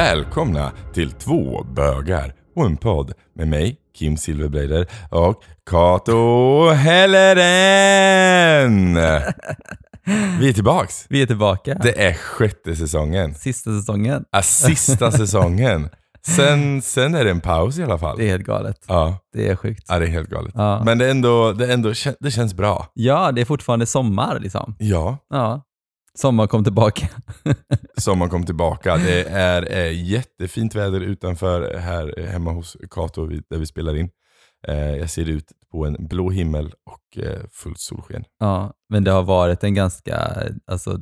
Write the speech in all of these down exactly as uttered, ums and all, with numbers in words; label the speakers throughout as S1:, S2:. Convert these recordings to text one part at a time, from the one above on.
S1: välkomna till Två bögar och en podd med mig, Kim Silverbreider, och Kato Helleren. Vi är tillbaks.
S2: Vi är tillbaka.
S1: Det är sjätte säsongen.
S2: Sista säsongen.
S1: Ja, sista säsongen. Sen, sen är det en paus i alla fall.
S2: Det är helt galet.
S1: Ja.
S2: Det är sjukt.
S1: Ja, det är helt galet.
S2: Ja.
S1: Men det, är ändå, det, är ändå, det känns bra.
S2: Ja, det är fortfarande sommar liksom.
S1: Ja.
S2: Ja. Sommar kom tillbaka.
S1: Sommaren kom tillbaka. Det är, är jättefint väder utanför här hemma hos Kato där vi spelar in. Eh, jag ser ut på en blå himmel och eh, fullt solsken.
S2: Ja, men det har varit en ganska, alltså,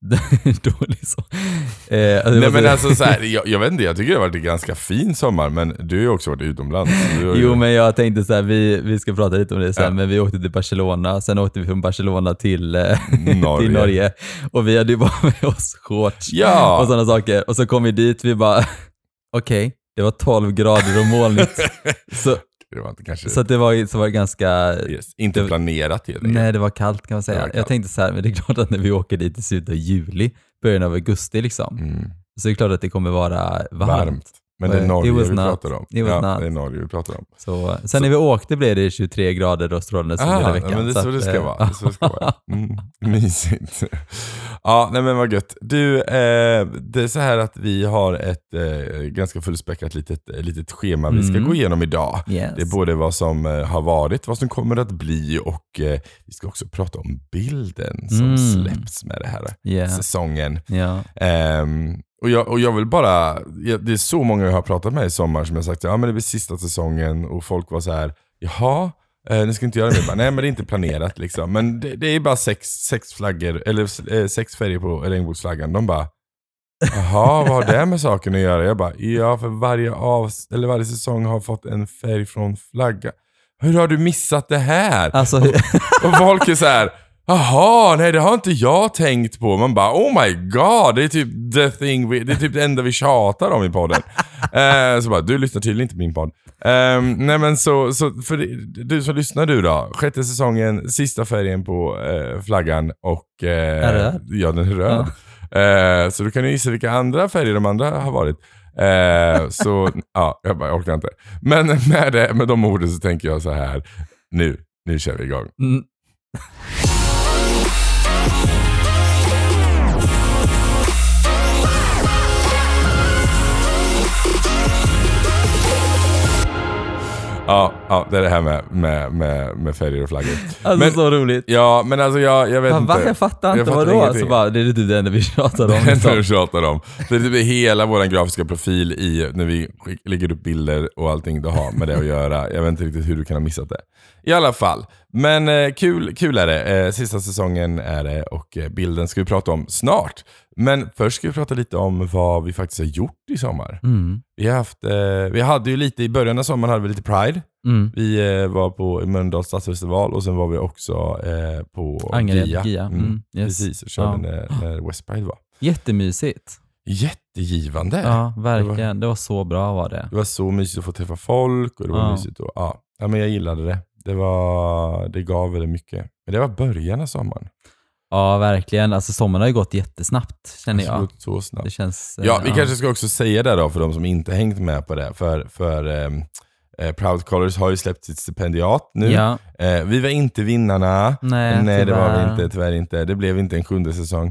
S2: dålig så. Eh, alltså,
S1: Nej men alltså så här, jag, jag vet inte, jag tycker det har varit en ganska fin sommar, men du har ju också varit utomlands. Jo
S2: ju... men jag tänkte så här, vi, vi ska prata lite om det sen, ja. Men vi åkte till Barcelona, sen åkte vi från Barcelona till, eh, Norge. till Norge, och vi hade ju bara med oss shorts
S1: ja.
S2: och sådana saker, och så kom vi dit, vi bara, okej, okay, det var tolv grader och molnigt, så
S1: det var inte kanske...
S2: Så att det var, så var det ganska...
S1: Yes, inte
S2: det,
S1: planerat helt
S2: Nej, det var kallt kan man säga. Jag tänkte så här, men det är klart att när vi åker dit i slutet av juli, början av augusti liksom, mm. så är det klart att det kommer vara varmt. varmt.
S1: Men det är Norge vi
S2: not.
S1: pratar om. Ja,
S2: not.
S1: det är Norge vi pratar om.
S2: Så, sen så. När vi åkte blev det tjugotre grader och strålande sol hela veckan.
S1: Ja, men det är så, så
S2: att,
S1: det ska vara. Det är så det ska vara. Mm, mysigt. Ja, nej men vad gött. Du, eh, det är så här att vi har ett eh, ganska fullspäckat litet, litet schema mm. vi ska gå igenom idag.
S2: Yes.
S1: Det är både vad som eh, har varit, vad som kommer att bli, och eh, vi ska också prata om bilden som mm. släpps med det här
S2: yeah.
S1: säsongen.
S2: Yeah.
S1: Eh, Och jag, och jag vill bara, det är så många jag har pratat med i sommar som har sagt, ja men det blir sista säsongen, och folk var så här, jaha, eh, ni ska inte göra det mer. Nej, men det är inte planerat liksom. Men det, det är bara sex, sex flaggor, eller eh, sex färger på regnbågsflaggan. De bara, jaha, vad har det med saken att göra? Jag bara, ja, för varje, av, eller varje säsong har fått en färg från flagga. Hur har du missat det här?
S2: Alltså,
S1: och, och folk är så här, jaha, nej det har inte jag tänkt på. Man bara, oh my god, det är typ the thing we, det är typ det enda vi tjatar om i podden. eh, så bara, du lyssnar tydligen inte på min podd. Eh, nej men så, så för du så lyssnar du då. Sjätte säsongen, sista färgen på eh, flaggan, och eh,
S2: är det?
S1: Ja, den är röd. Ja. Eh, så du kan ju gissa vilka andra färger de andra har varit. Eh, så ja, jag bara jag orkar inte. Men med, det, med de orden så tänker jag så här, nu, nu kör vi igång.
S2: Mm. Ja,
S1: ja, det är det här med, med, med, med färger och flaggor.
S2: Alltså men, så roligt.
S1: Ja, men alltså jag, jag vet
S2: ja,
S1: inte.
S2: Va? Jag fattar inte,
S1: jag
S2: vadå? Så bara, det är typ det enda vi tjatar om.
S1: Det är det vi tjatar om. Det är typ hela vår grafiska profil i när vi lägger upp bilder och allting det har med det att göra. Jag vet inte riktigt hur du kan ha missat det. I alla fall. Men eh, kul, kul är det. Eh, sista säsongen är det, och eh, bilden ska vi prata om snart. Men först ska vi prata lite om vad vi faktiskt har gjort i sommar.
S2: Mm.
S1: Vi har haft, eh, vi hade ju lite, i början av sommaren hade vi lite Pride.
S2: Mm.
S1: Vi eh, var på Mölndals stadsfestival, och sen var vi också eh, på
S2: Angered,
S1: Gia.
S2: Gia. Mm. Mm. Yes.
S1: Precis, och körde ja. när, när West Pride var.
S2: Jättemysigt.
S1: Jättegivande.
S2: Ja, verkligen. Det var, det var så bra var det.
S1: Det var så mysigt att få träffa folk, och det var
S2: ja.
S1: mysigt. Och, ja. ja, men jag gillade det. Det, var, det gav väldigt mycket. Men det var början av sommaren.
S2: Ja, verkligen. Alltså sommaren har ju gått jättesnabbt, känner jag.
S1: Gått så snabbt.
S2: Det känns,
S1: ja, vi
S2: ja.
S1: kanske ska också säga det då för de som inte hängt med på det. För, för eh, Proud Colors har ju släppt sitt stipendiat nu.
S2: Ja.
S1: Eh, vi var inte vinnarna.
S2: Nej,
S1: Nej det var vi inte, tyvärr inte. Det blev inte en sjunde säsong.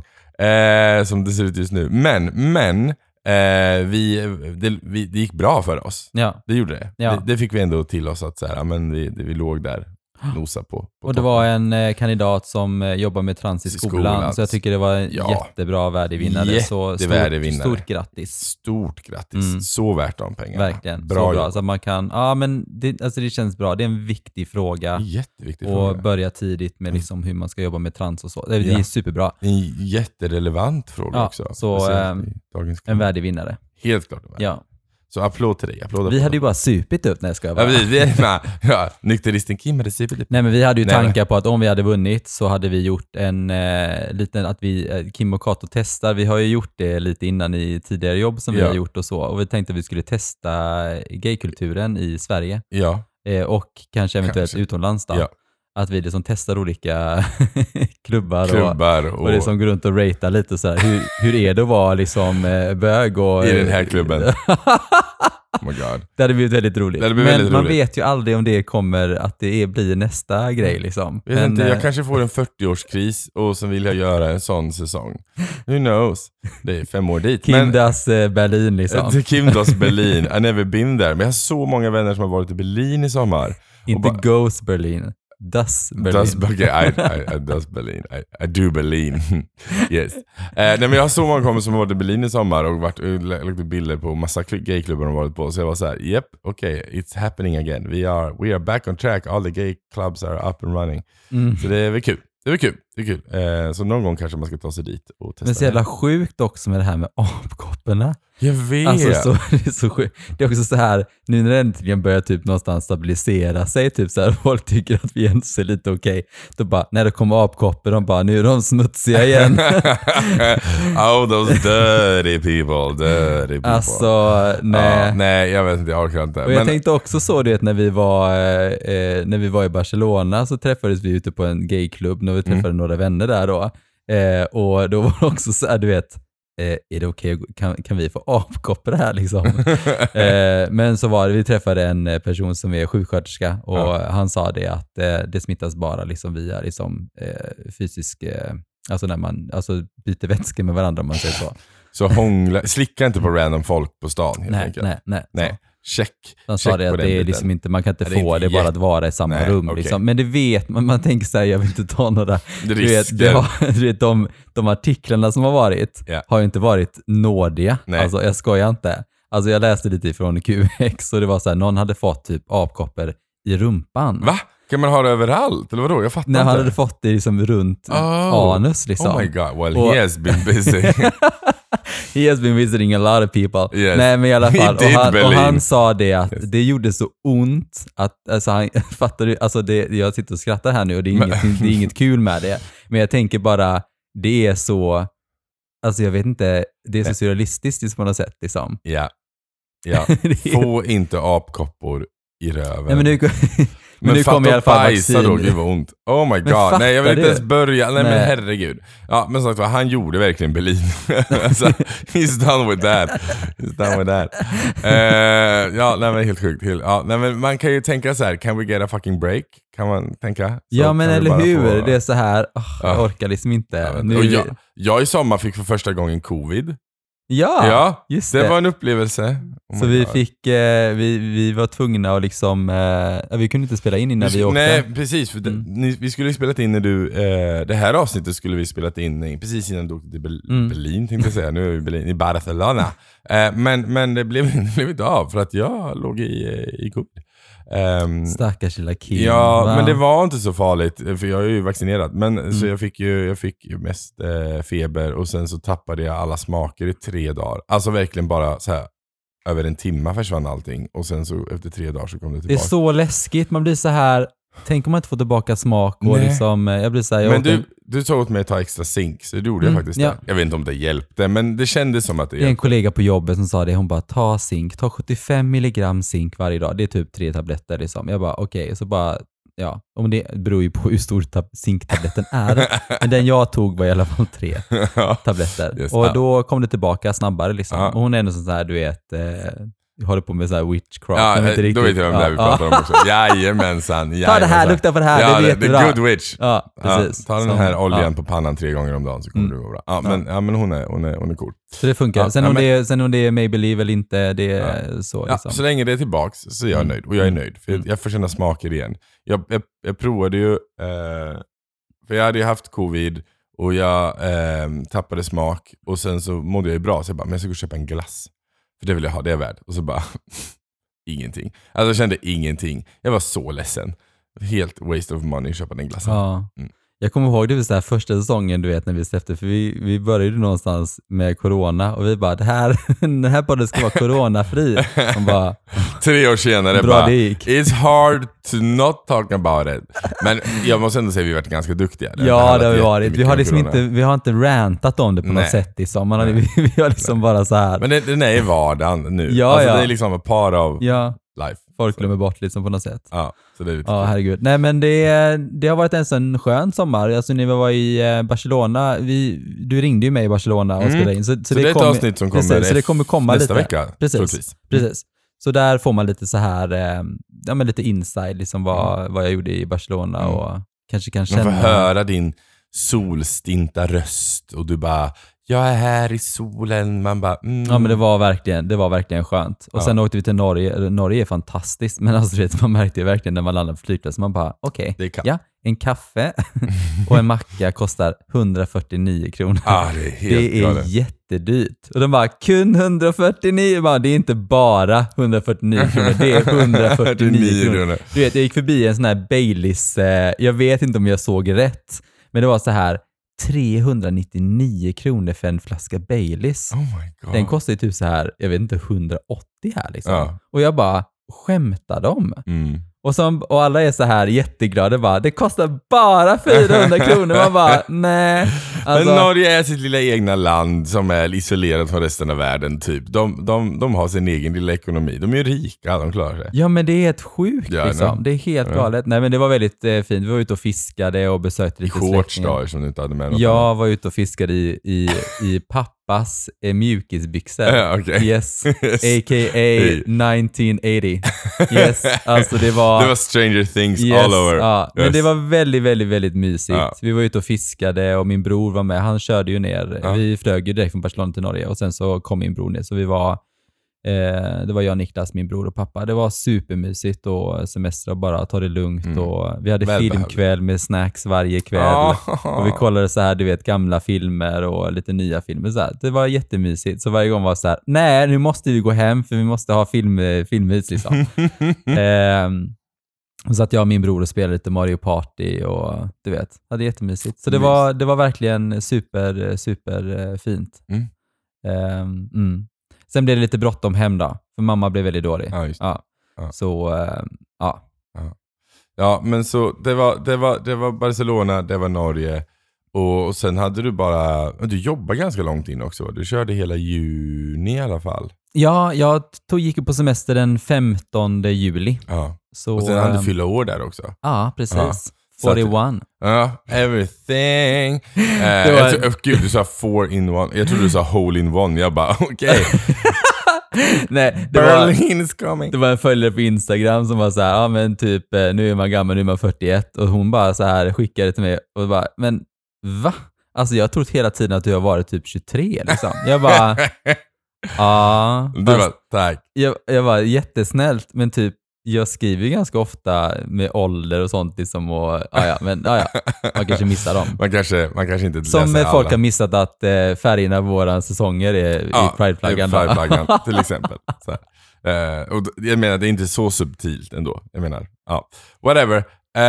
S1: Eh, som det ser ut just nu. Men, men eh, vi, det, vi, det gick bra för oss.
S2: Ja.
S1: Det gjorde det.
S2: Ja.
S1: det. Det fick vi ändå till oss att så här, men vi, det, vi låg där. Nosa på, på
S2: och det
S1: toppen.
S2: var en eh, kandidat som eh, jobbar med trans i skolan, skolan. Så jag tycker det var en
S1: ja.
S2: jättebra värdevinnare. Så stort, stort grattis.
S1: Stort grattis. Mm. Så värt de pengarna.
S2: Verkligen.
S1: Bra,
S2: så bra. Så man kan, ja men det, alltså det känns bra. Det är en viktig fråga.
S1: Jätteviktig
S2: och
S1: fråga.
S2: Börja tidigt med liksom hur man ska jobba med trans och så. Det, ja. det är superbra.
S1: En jätterelevant fråga ja, också.
S2: Så eh, en värdevinnare.
S1: Helt klart.
S2: Ja.
S1: Så applåd till dig. Applåd,
S2: vi hade ju bara supit upp när jag ska bara.
S1: Ja, vi, vi, ja, nykteristen Kim hade supit upp.
S2: Nej, men vi hade ju tankar Nej, på att om vi hade vunnit så hade vi gjort en eh, liten, att vi, eh, Kim och Kato testar. Vi har ju gjort det lite innan i tidigare jobb som ja. vi har gjort och så. Och vi tänkte att vi skulle testa gaykulturen i Sverige.
S1: Ja.
S2: Eh, och kanske eventuellt
S1: kanske.
S2: utomlands då.
S1: Ja.
S2: att vi liksom testar olika klubbar,
S1: klubbar
S2: och, och, och liksom går runt och ratear lite så här. Hur, hur är det att vara liksom bög och,
S1: i den här klubben? Oh my God.
S2: Det hade blivit väldigt roligt.
S1: Men
S2: väldigt
S1: man
S2: roligt. Vet ju aldrig om det kommer att det är, blir nästa grej liksom.
S1: Jag,
S2: Men,
S1: inte, jag kanske får en fyrtio-årskris och så vill jag göra en sån säsong. Who knows? Det är fem år dit.
S2: Kim Das Berlin liksom.
S1: Kim Das Berlin. I never been there. Men jag har så många vänner som har varit i Berlin i sommar.
S2: Inte bara, Ghost Berlin. Das Berlin.
S1: Das, okay, I, I, I, das Berlin. I, I do Berlin. Yes. Eh, nej, men jag har så många kompisar som har varit i Berlin i sommar och varit, lagt upp bilder på massa gayklubbar de har varit på. Så jag var så här, yep, okay, it's happening again. We are, we are back on track. All the gay clubs are up and running. Mm. Så det är väl kul. Det är kul. Det är kul. Eh, så någon gång kanske man ska ta sig dit och testa.
S2: Men så jävla sjukt också med det här med apkopporna.
S1: Jag vet.
S2: Alltså så, det är så sjukt. Det är också så här, nu när det äntligen börjar typ någonstans stabilisera sig, typ så här, folk tycker att vi ändå ser lite okej. Okay. Då bara, när det kommer apkoppor, de bara, nu är de smutsiga igen.
S1: Oh, those dirty people, dirty people.
S2: Alltså, nej.
S1: Ja, nej, jag vet inte, jag orkar inte.
S2: Och jag Men... tänkte också så, du vet, när vi var, eh, när vi var i Barcelona så träffades vi ute på en gayklubb när vi träffade mm. några vänner där då. Eh, och då var det också så här, du vet, eh, är det okej, okay? kan, kan vi få apkoppor här liksom? eh, men så var det, vi träffade en person som är sjuksköterska och ja. Han sa det att eh, det smittas bara liksom via liksom, eh, fysisk, eh, alltså när man alltså byter vätskor med varandra om man säger så.
S1: Så hångla, slicka inte på random folk på stan helt
S2: nej,
S1: enkelt.
S2: Nej, nej,
S1: nej. Check.
S2: Han sa det att det är liksom inte, man kan inte det få det, bara att vara i samma Nej, rum. Okay. Liksom. Men det vet man, man tänker så här, jag vill inte ta några... Du vet, det har, du vet de, de artiklarna som har varit yeah. har ju inte varit nådiga. Nej. Alltså jag skojar inte. Alltså jag läste lite ifrån Q X och det var så här, någon hade fått typ apkoppor i rumpan.
S1: Va? Kan man ha det överallt? Eller vadå? Jag fattar
S2: Nej,
S1: inte.
S2: Han hade fått det liksom runt oh. anus liksom.
S1: Oh my god, well och, he has been busy.
S2: He has been visiting a lot of people.
S1: Yes.
S2: Nej, men i alla fall. Och han, och han sa det att yes. det gjorde så ont att, alltså han, fattar du, alltså det, jag sitter och skrattar här nu och det är, inget, det är inget kul med det. Men jag tänker bara, det är så, alltså jag vet inte, det är så surrealistiskt på något sätt liksom.
S1: Ja, ja. Få inte apkoppor i röven.
S2: Nej, men nu, men,
S1: men
S2: nu kommer i alla fall vaccin.
S1: Då, gud vad ont. Oh my god, nej jag vill inte du? ens börja. Nej, nej men herregud. Ja, men sagt vad, han gjorde verkligen Berlin. Alltså, he's done with that. He's done with that. Uh, ja, nej men helt sjukt. Helt, ja, nej, men man kan ju tänka så här, can we get a fucking break? Kan man tänka? Så
S2: ja, men eller hur?
S1: Få,
S2: det är så här, oh, ja. jag orkar liksom inte.
S1: Ja,
S2: nu...
S1: och jag, jag i sommar fick för första gången covid.
S2: Ja,
S1: ja
S2: just
S1: det.
S2: det
S1: var en upplevelse.
S2: Oh så vi God. fick, eh, vi, vi var tvungna att liksom, eh, vi kunde inte spela in innan vi, vi åkte.
S1: Nej, precis. För mm. det, ni, vi skulle ju spelat in när du, eh, det här avsnittet skulle vi spelat in precis innan du åkte till Ber- mm. Berlin, tänkte jag säga. Nu är vi i Berlin, i Barcelona. eh, men, men det blev, det blev inte av för att jag låg i, i covid. Um,
S2: Stackars lilla Kim.
S1: Ja, va? Men det var inte så farligt för jag är ju vaccinerad. Men mm. så jag fick ju, jag fick ju mest eh, feber och sen så tappade jag alla smaker i tre dagar. Alltså verkligen bara så här över en timme försvann allting och sen så efter tre dagar så kom det tillbaka.
S2: Det är så läskigt, man blir så här. Tänk om man inte får tillbaka smak och liksom, jag blir så här, jag
S1: men du,
S2: en...
S1: du sa åt mig att ta extra zink, så det gjorde mm, jag faktiskt ja. det. Jag vet inte om det hjälpte, men det kändes som att det hjälpte.
S2: Det är en kollega på jobbet som sa det, hon bara, ta zink, ta sjuttiofem milligram zink varje dag. Det är typ tre tabletter liksom. Jag bara, okej, okay. Så bara, ja, om det beror ju på hur stor tab- zinktabletten är. Men den jag tog var i alla fall tre tabletter. Yes, och ja. Då kom det tillbaka snabbare liksom. Ja. Och hon är ändå sån här, du vet... Eh, jag håller på med så här witchcraft.
S1: Ja,
S2: inte
S1: då
S2: riktigt.
S1: vet jag vem det är vi pratar om också. Jajamensan.
S2: Ta det här, lukta på det här.
S1: Ja,
S2: det är jättebra.
S1: The good witch.
S2: Ja, precis.
S1: Ja, ta den här så, oljan ja. på pannan tre gånger om dagen så kommer mm. det gå bra. Ja, men, ja, men hon är, hon är, hon är cool.
S2: Så det funkar.
S1: Ja,
S2: sen,
S1: ja,
S2: om
S1: men,
S2: det är, sen om det är Maybelline eller inte, det är
S1: ja.
S2: så.
S1: Liksom.
S2: Ja,
S1: så länge det är tillbaks så är jag nöjd. Och jag är nöjd. För jag, jag får känna smaker igen. Jag, jag, jag provade ju, eh, för jag hade ju haft covid och jag eh, tappade smak. Och sen så mådde jag ju bra. Så jag bara, men jag ska gå och köpa en glass. För det vill jag ha, det är värd. Och så bara... ingenting. Alltså jag kände ingenting. Jag var så ledsen. Helt waste of money att köpa den glassen.
S2: Ja. Mm. Jag kommer ihåg det var så här första säsongen, du vet, när vi släppte, för vi, vi började någonstans med corona och vi bara, det här, den här podden ska vara coronafri. Man bara,
S1: tre år senare
S2: bra
S1: bara,
S2: det gick.
S1: It's hard to not talk about it. Men jag måste ändå säga att vi har varit ganska duktiga. Det
S2: ja, det har vi varit. Vi har liksom inte, vi har inte rantat om det på Nej. något sätt. Liksom. Man har, vi, vi har liksom bara så här.
S1: Men det, den är i vardagen nu.
S2: Ja,
S1: alltså,
S2: ja.
S1: Det är liksom ett par av...
S2: Ja.
S1: life.
S2: Folk
S1: så.
S2: glömmer bort liksom på något sätt.
S1: Ja, så det är lite
S2: Ja,
S1: kul.
S2: herregud. Nej, men det, det har varit en sån skön sommar. Alltså när vi var i Barcelona, vi, du ringde ju mig i Barcelona och
S1: Mm.
S2: spelade in. Så, så,
S1: Så det är ett
S2: kom,
S1: avsnitt som kommer
S2: precis, så det kommer komma
S1: nästa
S2: lite.
S1: vecka.
S2: Precis,
S1: troligtvis.
S2: precis. Så där får man lite så här, eh, ja men lite inside liksom vad,
S1: Mm.
S2: vad jag gjorde i Barcelona
S1: Mm.
S2: och kanske kan
S1: Man
S2: känna...
S1: får höra din solstinta röst och du bara, jag är här i solen. Man bara, mm.
S2: Ja men det var verkligen, det var verkligen skönt. Och
S1: Ja.
S2: sen åkte vi till Norge. Norge är fantastiskt, men alltså, vet, man märkte ju verkligen när man landade på flygplatsen, man bara okej,
S1: Det är kallt.
S2: ja, en kaffe och en macka kostar hundrafyrtionio kronor.
S1: Ah, det är helt
S2: Det är
S1: galet.
S2: jättedyrt. Och de bara, kun hundrafyrtionio, bara, det är inte bara hundrafyrtionio kronor, det är hundrafyrtionio kronor. Du vet, jag gick förbi en sån här Baileys, eh, jag vet inte om jag såg rätt, men det var så här trehundranittionio kronor för en flaska Baileys.
S1: Oh my God.
S2: Den kostar ju typ så här, jag vet inte, hundraåttio här liksom.
S1: Ja.
S2: Och jag bara, skämtar de?
S1: Mm.
S2: Och, som, och alla är så här jätteglada, bara, det kostar bara fyrahundra kronor. Man bara, nej. Alltså,
S1: Men Norge är sitt lilla egna land som är isolerat från resten av världen typ. De, de, de har sin egen lilla ekonomi. De är ju rika, de klarar sig.
S2: ja men det är helt sjukt
S1: Ja,
S2: liksom.
S1: nej.
S2: Det är helt
S1: Ja.
S2: galet. Nej men det var väldigt eh, fint. Vi var ute och fiskade och besökte
S1: I
S2: lite
S1: shorts
S2: släktingar.
S1: då, som du inte hade med något
S2: Jag var ute och fiskade i, i, i pappas eh, mjukisbyxor.
S1: Ja, okej.
S2: Yes.
S1: Yes.
S2: A K A nineteen eighty. Yes, alltså det var...
S1: Det var Stranger Things
S2: Yes,
S1: all over.
S2: ja. Men
S1: Yes.
S2: det var väldigt, väldigt, väldigt mysigt.
S1: Ja.
S2: Vi var ute och fiskade och min bror var med. Han körde ju ner.
S1: Ja.
S2: Vi flög ju direkt från Barcelona till Norge och sen så kom min bror ner. Så vi var, eh, det var jag, Niklas, min bror och pappa. Det var supermysigt och semester och bara ta det lugnt.
S1: Mm.
S2: Och vi hade
S1: Välbehövligt.
S2: filmkväll med snacks varje kväll.
S1: Ah.
S2: Och vi kollade så här, du vet, gamla filmer och lite nya filmer. Så här. Det var jättemysigt. Så varje gång var det så här, nej, nu måste vi gå hem för vi måste ha film, filmmys liksom. ehm, Så att jag och min bror spelade lite Mario Party och du vet, hade jättemysigt. Så det var, det var verkligen super, super eh, fint.
S1: Mm.
S2: Ehm, mm. Sen blev det lite bråttom hem då, för mamma blev väldigt dålig.
S1: Ja, just det.
S2: Ja.
S1: Ja.
S2: Så, ehm, ja.
S1: Ja, men så det var, det var, det var Barcelona, det var Norge. Och, och sen hade du bara, du jobbade ganska långt in också. Du körde hela juni i alla fall.
S2: Ja, jag tog, gick ju på semester den femtonde juli.
S1: Ja.
S2: Så,
S1: Och sen hade du
S2: ehm,
S1: fylla år där också.
S2: ja, precis.
S1: Ja. Så att-
S2: fyrtioett.
S1: Ja, everything. Eh,
S2: Det var-
S1: jag tro, oh, gud, du sa four in one. Jag trodde du sa hole in one. Jag bara, okej.
S2: Nej, det var,
S1: Berlin is coming.
S2: det var en följare på Instagram som var så här, ja men typ, eh, nu är man gammal, nu är man fyrtioett. Och hon bara så här skickade till mig och bara, men va? Alltså jag har trott hela tiden att du har varit typ tjugotre liksom. Jag bara, ja.
S1: Du
S2: fast
S1: bara, tack.
S2: jag, jag var jättesnällt, men typ, jag skriver ju ganska ofta med ålder och sånt liksom och, ja ja, men ja ja, man kanske missar dem.
S1: Man kanske, man kanske inte
S2: Som
S1: läser
S2: eh, folk
S1: alla.
S2: har missat att eh, färgerna på våra säsonger är
S1: Ja,
S2: i Pride-flaggan.
S1: i
S2: då.
S1: Pride-flaggan till exempel. Så här. Eh, och d- jag menar, det är inte så subtilt ändå. Jag menar, ja. Whatever.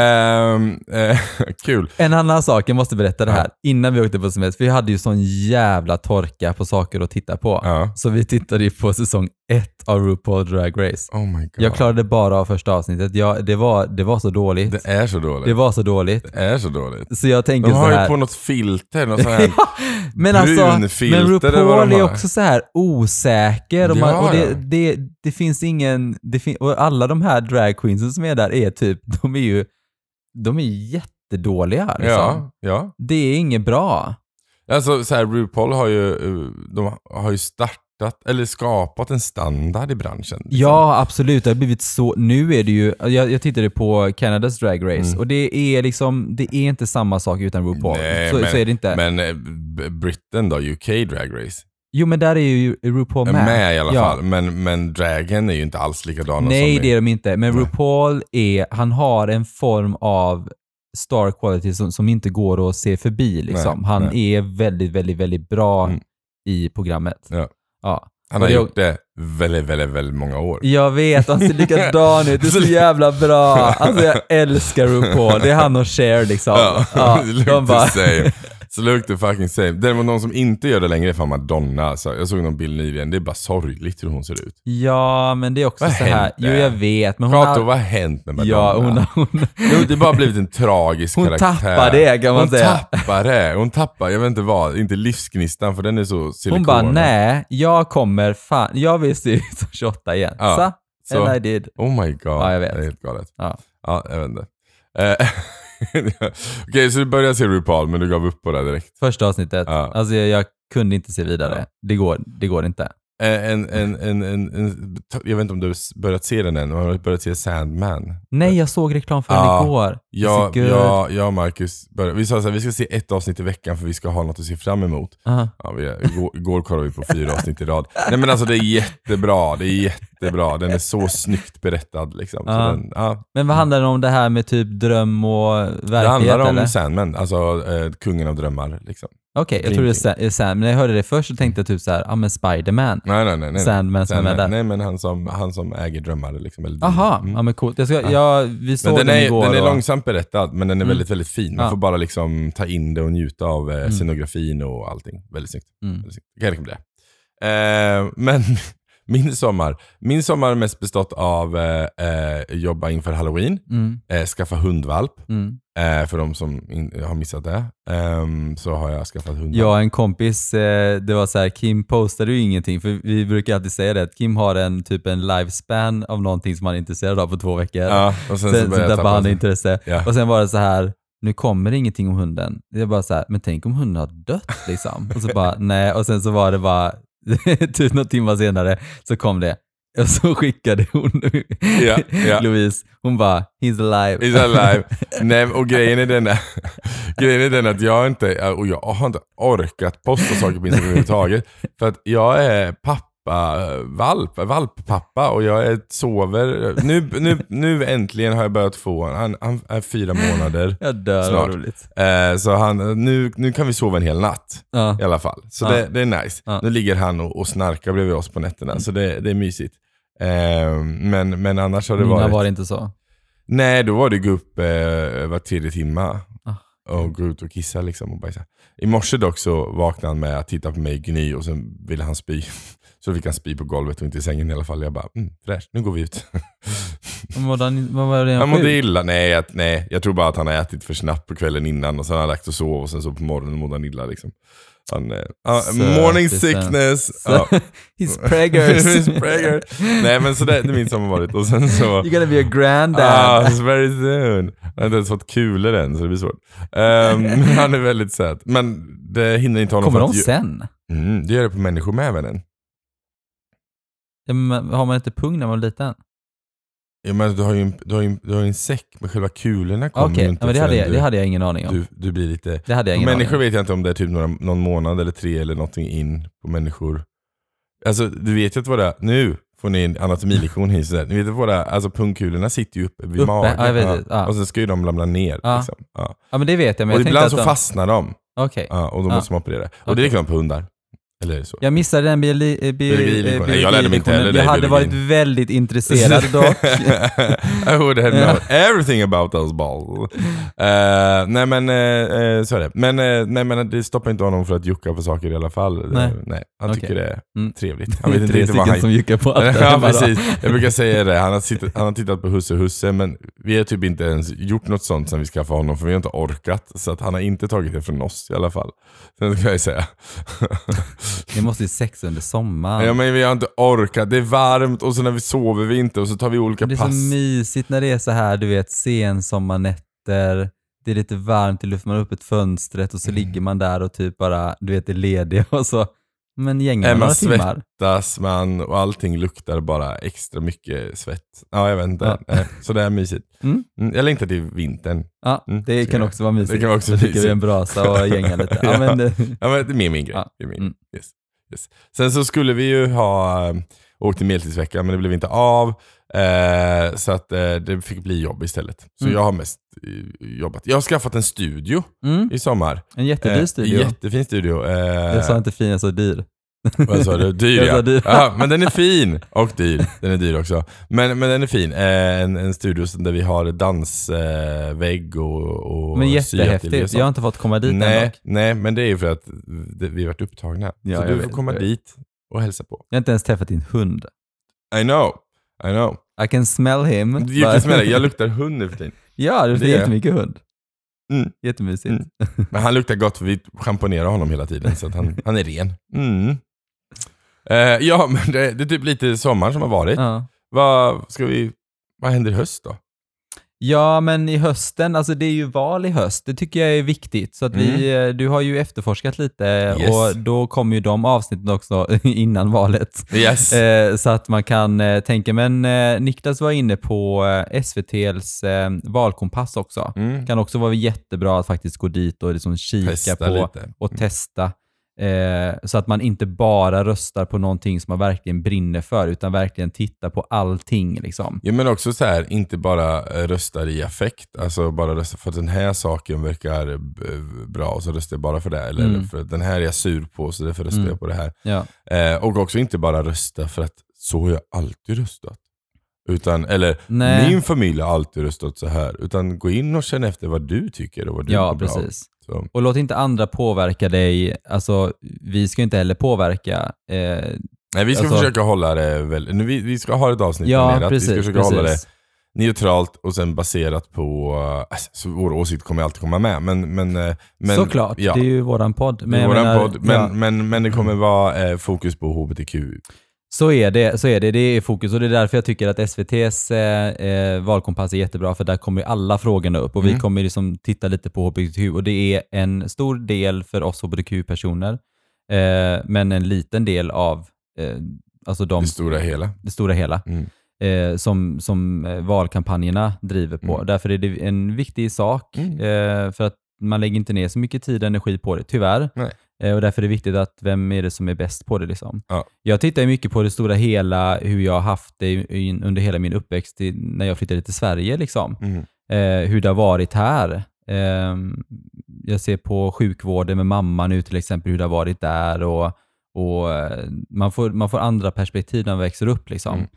S1: Ehm, eh, kul.
S2: En annan sak, jag måste berätta det här.
S1: Ja.
S2: Innan vi åkte på semester, vi hade ju sån jävla torka på saker att titta på.
S1: Ja.
S2: Så vi tittade ju på säsong ett av RuPaul Drag Race.
S1: Oh my god.
S2: Jag klarade bara av första avsnittet. Jag, det, var, det var så dåligt.
S1: Det är så dåligt.
S2: Det var så dåligt.
S1: Det är så dåligt.
S2: Så jag tänker
S1: De
S2: så
S1: har
S2: här.
S1: ju på något filter, något sånt här
S2: men alltså, men
S1: brunfilter eller vad
S2: RuPaul
S1: de
S2: är
S1: har.
S2: också så här osäker och, man,
S1: Ja,
S2: och det,
S1: ja.
S2: det, det finns ingen, det fin, och alla de här drag queensen som är där är typ, de är ju, de är jättedåliga liksom.
S1: Ja, ja.
S2: Det är inget bra.
S1: Alltså så här, RuPaul har ju, eh, de har ju startat, eller skapat en standard i branschen. liksom.
S2: Ja, absolut. Det har blivit så, nu är det ju, jag, jag tittade på Canadas Drag Race
S1: Mm.
S2: och det är liksom, det är inte samma sak utan RuPaul.
S1: Nej,
S2: så,
S1: men,
S2: så är det inte.
S1: Men eh, B- Britain då, U K Drag Race.
S2: Jo, men där är ju RuPaul med.
S1: Med i alla
S2: Ja.
S1: fall. Men, men dragen är ju inte alls likadana
S2: Nej,
S1: som
S2: det är de inte. Men
S1: Nej.
S2: RuPaul är, han har en form av star quality som, som inte går att se förbi. Liksom.
S1: Nej,
S2: han
S1: nej.
S2: är väldigt, väldigt, väldigt bra
S1: Mm.
S2: i programmet.
S1: Ja.
S2: Ja.
S1: Han
S2: Och
S1: har
S2: det-
S1: gjort det väldigt, väldigt, väldigt många år.
S2: Jag vet, han ser likadan ut. Det är så jävla bra. Alltså jag älskar RuPaul. Det är han och Cher liksom.
S1: Ja,
S2: Ja,
S1: det look
S2: de bara...
S1: the same. Så look the fucking same. Däremot någon som inte gör det längre är fan Madonna. Så jag såg någon bild nyligen. Det är bara sorgligt hur hon ser ut.
S2: Ja, men det är också
S1: Vad
S2: så här.
S1: hänt
S2: Jo,
S1: där?
S2: jag vet. Men hon
S1: Prato,
S2: har...
S1: vad har hänt med Madonna?
S2: Ja, hon, hon,
S1: Jo, det har bara blivit en tragisk
S2: hon
S1: karaktär.
S2: tappar det kan man
S1: hon
S2: säga.
S1: tappar det. Hon tappar, jag vet inte vad. Inte livsgnistan för den är så silikon.
S2: Hon bara, nej, jag kommer fan, jag vill se ut som tjugoåtta igen.
S1: Ja.
S2: Så,
S1: Så,
S2: And I did.
S1: Oh my god.
S2: Ja, jag vet.
S1: Det är helt galet.
S2: Ja.
S1: Ja, jag vet inte. Eh, Okej, okay, så du började se RuPaul, men du gav upp på det direkt.
S2: Första avsnittet.
S1: Ja.
S2: Alltså jag, jag kunde inte se vidare.
S1: Ja.
S2: Det, går, det går inte.
S1: En, en, en, en, en, jag vet inte om du har börjat se den än, men har du börjat se Sandman?
S2: Nej, jag såg reklam för den
S1: Ja,
S2: igår.
S1: Ja,
S2: good.
S1: ja, jag och Marcus började, vi sa så här, vi ska se ett avsnitt i veckan för vi ska ha något att se fram emot.
S2: Uh-huh.
S1: Ja, vi, igår, igår kollade vi på fyra avsnitt i rad. Nej men alltså det är jättebra, det är jättebra. Den är så snyggt berättad liksom.
S2: Uh-huh.
S1: Så den, ja.
S2: Men vad handlar det om det här med typ dröm och verklighet?
S1: Det handlar om
S2: eller?
S1: Sandman, alltså eh, kungen av drömmar liksom.
S2: Okej, okay, jag tror det är Sandman. När jag hörde det först så tänkte jag typ så här, ja ah, men Spider-Man.
S1: Nej, nej, nej. nej.
S2: Sandman som
S1: Sandman,
S2: är där.
S1: Nej, men han som, han som äger drömmar liksom. Eller,
S2: Aha,
S1: mm.
S2: ja men coolt. Jag ska, ja. Ja, vi såg
S1: men den,
S2: den
S1: är,
S2: igår.
S1: den är
S2: och...
S1: långsamt berättad, men den är
S2: Mm.
S1: väldigt, väldigt fin. Man
S2: Ja.
S1: får bara liksom ta in det och njuta av eh,
S2: Mm.
S1: scenografin och allting. Väldigt snyggt.
S2: Mm.
S1: Väldigt snyggt. Det kan jag rekommendera. Eh, men min sommar. Min sommar har mest bestått av eh, eh, jobba inför Halloween.
S2: Mm.
S1: Eh, skaffa hundvalp.
S2: Mm.
S1: Eh, för de som in, har missat det. Eh, så har jag skaffat hundvalp.
S2: Jag och en kompis, eh, det var så här, Kim postade ju ingenting, för vi brukar alltid säga det, att Kim har en typ en lifespan av någonting som han är intresserad av på två veckor.
S1: Ja, och sen,
S2: sen
S1: så
S2: så
S1: började jag
S2: tappade han
S1: tappa.
S2: intresse.
S1: Ja.
S2: Och sen var det så här, nu kommer det ingenting om hunden. Det är bara så här, men tänk om hunden har dött liksom. Och så bara, nej. Och sen så var det bara, typ några timmar senare så kom det. Och så skickade hon,
S1: Ja, ja.
S2: Louise, hon bara, he's alive.
S1: He's alive. Nej, och grejen är den grejen är den att jag inte, och jag har inte orkat posta saker på Instagram överhuvudtaget. För att jag är pappa, valp, valppappa och jag är, sover. Nu, nu, nu äntligen har jag börjat få, han, han är fyra månader
S2: Jag dör,
S1: snart.
S2: vad roligt.
S1: Eh, så han, nu, nu kan vi sova en hel natt.
S2: Ja.
S1: I alla fall. Så
S2: Ja.
S1: det, det är nice.
S2: Ja.
S1: Nu ligger han och, och snarkar bredvid oss på nätterna.
S2: Mm.
S1: Så det, det är mysigt. Eh, men, men annars har det
S2: Mina
S1: varit...
S2: var det inte så.
S1: Nej, då var det gå upp eh, var tredje timma
S2: Ah.
S1: och gå ut och kissa liksom och bajsa. I morse dock så vaknade han med att titta på mig gny och sen ville han spy. Så fick han spy på golvet och inte i sängen i alla fall. Jag bara, mm, fräsch, nu går vi ut.
S2: Vad var det
S1: Han
S2: han
S1: mådde
S2: sjuk?
S1: illa. Nej, att, nej, jag tror bara att han har ätit för snabbt på kvällen innan och sen har han lagt och sov och sen så på morgonen mådde han illa liksom. Han, eh, ah, morning sickness. Ja.
S2: He's preggers.
S1: He's preggers. Nej men så det, det är min som har varit. Och sen så...
S2: You're gonna be a granddad.
S1: Ah, it's very soon. Han har inte ens fått kulor än så det blir svårt. Um, han är väldigt söt. Men det hinner inte honom.
S2: Kommer
S1: för
S2: de
S1: att,
S2: sen?
S1: Mm, det gör det på människor med vännen.
S2: Ja, men har man inte pung när man var liten?
S1: Ja, men du har ju en, du har ju en, du har ju en säck med själva kulorna kommer
S2: Okej,
S1: ju
S2: ja,
S1: inte
S2: men det hade,
S1: förrän
S2: jag,
S1: du,
S2: det hade jag ingen aning om.
S1: du, du blir lite...
S2: det hade jag
S1: På
S2: ingen
S1: människor
S2: aning om.
S1: vet jag inte om det är typ några, någon månad eller tre eller någonting in på människor. Alltså du vet ju att våra... Nu får ni en anatomilektion hit sådär. Ni vet att våra alltså, pungkulorna sitter ju uppe vid
S2: Uppe?
S1: magen.
S2: Ja, jag vet det. Ja.
S1: Och sen ska ju de ramla ner.
S2: Ja.
S1: Liksom. Ja.
S2: Ja, men det vet jag. Men
S1: Och
S2: jag
S1: ibland så
S2: att de...
S1: fastnar de.
S2: Okej.
S1: Ja, och då
S2: Ja.
S1: måste man operera. Och det är
S2: Okej.
S1: likadant på hundar. Eller är det så?
S2: Jag missade den biologi, bi,
S1: Biologilektionen. Nej, jag lärde mig inte
S2: biologilektionen.
S1: heller det i
S2: Jag hade varit
S1: biologin.
S2: väldigt intresserad dock.
S1: I would have known everything about those balls. Uh, nej men uh, så är det. Men, uh, nej, men det stoppar inte honom för att jucka på saker i alla fall.
S2: Nej.
S1: Uh, nej. Han
S2: Okej.
S1: tycker det är
S2: Mm.
S1: trevligt. Han vet inte
S2: Tre
S1: riktigt vad
S2: stycken
S1: han...
S2: som juckar på allt.
S1: Ja precis, jag brukar säga det. Han har, tittat, han har tittat på Husse Husse, men vi har typ inte ens gjort något sånt som vi ska få honom, för vi har inte orkat. Så att han har inte tagit det från oss i alla fall. Sen ska jag säga.
S2: Ni måste ju sex under sommaren.
S1: Ja men vi har inte orkat, det är varmt och så när vi sover vi inte och så tar vi olika
S2: Det är
S1: pass.
S2: så mysigt när det är så här, du vet, sensommarnätter. Det är lite varmt i luften, man har upp ett fönstret och så
S1: Mm.
S2: ligger man där och typ bara, du vet, är ledig och så. Men gängar
S1: Är
S2: man
S1: man
S2: några timmar.
S1: svettas man och allting luktar bara extra mycket svett. Ja jag vet inte.
S2: Ja.
S1: Eh, Så det är mysigt.
S2: Mm.
S1: Mm, jag längtar till vintern.
S2: Ja,
S1: Mm,
S2: det
S1: så
S2: kan
S1: jag-
S2: också vara mysigt.
S1: det kan vara också
S2: jag tycker
S1: mysigt.
S2: vi är en brasa och gänga lite. Ja,
S1: Ja.
S2: men det,
S1: Ja men det är mer min grej.
S2: Ja.
S1: Det är min.
S2: Mm.
S1: Yes. Yes. Sen så skulle vi ju ha äh, åkt till medeltidsveckan, men det blev inte av. Eh, så att eh, det fick bli jobb istället. Så
S2: Mm.
S1: jag har mest eh, jobbat. Jag har skaffat en studio
S2: mm,
S1: i sommar.
S2: en jättedyr
S1: Eh,
S2: studio.
S1: Jättefin studio. Eh,
S2: Jag sa inte fin, jag sa dyr.
S1: Vad sa du? Dyr
S2: Jag sa
S1: ja.
S2: dyr.
S1: Ja, men den är fin. Och dyr. Den är dyr också. Men, men den är fin. Eh, en, en studio där vi har dansvägg eh, och, och
S2: Men
S1: syateljé och
S2: jättehäftigt.
S1: så.
S2: Jag har inte fått komma dit än
S1: nej,
S2: dock.
S1: nej, men det är ju för att det, vi har varit upptagna.
S2: Ja,
S1: så
S2: jag
S1: du
S2: vet,
S1: får komma
S2: jag vet.
S1: dit och hälsa på.
S2: Jag har inte ens träffat din hund.
S1: I know. I know.
S2: I can smell him.
S1: Du kan smälla. Jag luktar hund nu för tiden.
S2: Ja, det är
S1: Det är-
S2: jättemycket hund.
S1: Mm.
S2: Jättemysigt.
S1: Mm. Men han luktar gott för vi schamponerar honom hela tiden så att han, han är ren. Mm. Eh, ja, men det, det är typ lite sommar som har varit.
S2: Ja.
S1: vad ska vi, vad händer i höst då?
S2: Ja, men i hösten, alltså det är ju val i höst, det tycker jag är viktigt. Så att vi, mm. du har ju efterforskat lite yes. och då kommer ju de avsnitten också innan valet.
S1: Yes.
S2: Eh, så att man kan eh, tänka, men eh, Niklas var inne på eh, S V T:s eh, valkompass också. Mm. Kan också vara jättebra att faktiskt gå dit och liksom kika testa på lite. Och mm. testa. Eh, så att man inte bara röstar på någonting som man verkligen brinner för, utan verkligen tittar på allting liksom.
S1: Ja, men också så här, inte bara röstar i affekt, alltså bara rösta för att den här saken verkar bra och så röstar jag bara för det, eller mm. för att den här är jag sur på så därför röstar mm. jag på det här.
S2: Ja.
S1: Eh, och också inte bara rösta för att så har jag alltid röstat. Utan, eller Nej. min familj har alltid röstat så här, utan gå in och känna efter vad du tycker och vad du
S2: ja,
S1: är bra.
S2: Precis. Så. Och låt inte andra påverka dig. Alltså, vi ska inte heller påverka. Eh,
S1: Nej, vi ska alltså, försöka hålla det väl. Vi, vi ska ha ett avsnitt
S2: ja,
S1: planerat.
S2: Precis,
S1: vi ska försöka
S2: precis.
S1: hålla det neutralt och sen baserat på... Alltså, vår åsikt kommer alltid komma med. Men, men, men,
S2: Såklart, ja. Det är ju våran podd.
S1: Men, det är våran menar, podd, men, ja. men, men, men det kommer vara eh, fokus på H B T Q.
S2: Så är det, så är det, det är fokus och det är därför jag tycker att S V T:s eh, valkompass är jättebra, för där kommer alla frågorna upp och mm. vi kommer liksom titta lite på H B T Q och det är en stor del för oss H B T Q-personer eh, men en liten del av eh, alltså de,
S1: det stora hela,
S2: det stora hela mm. eh, som, som valkampanjerna driver på. Mm. Därför är det en viktig sak mm. eh, för att man lägger inte ner så mycket tid och energi på det, tyvärr.
S1: Nej.
S2: Och därför är det viktigt att vem är det som är bäst på det liksom.
S1: Ja.
S2: Jag tittar ju mycket på det stora hela, hur jag har haft det in, under hela min uppväxt i, när jag flyttade till Sverige liksom.
S1: Mm.
S2: Eh, hur det har varit här. Eh, jag ser på sjukvården med mamma nu till exempel, hur det har varit där och, och man, får, man får andra perspektiv när man växer upp liksom.
S1: Mm.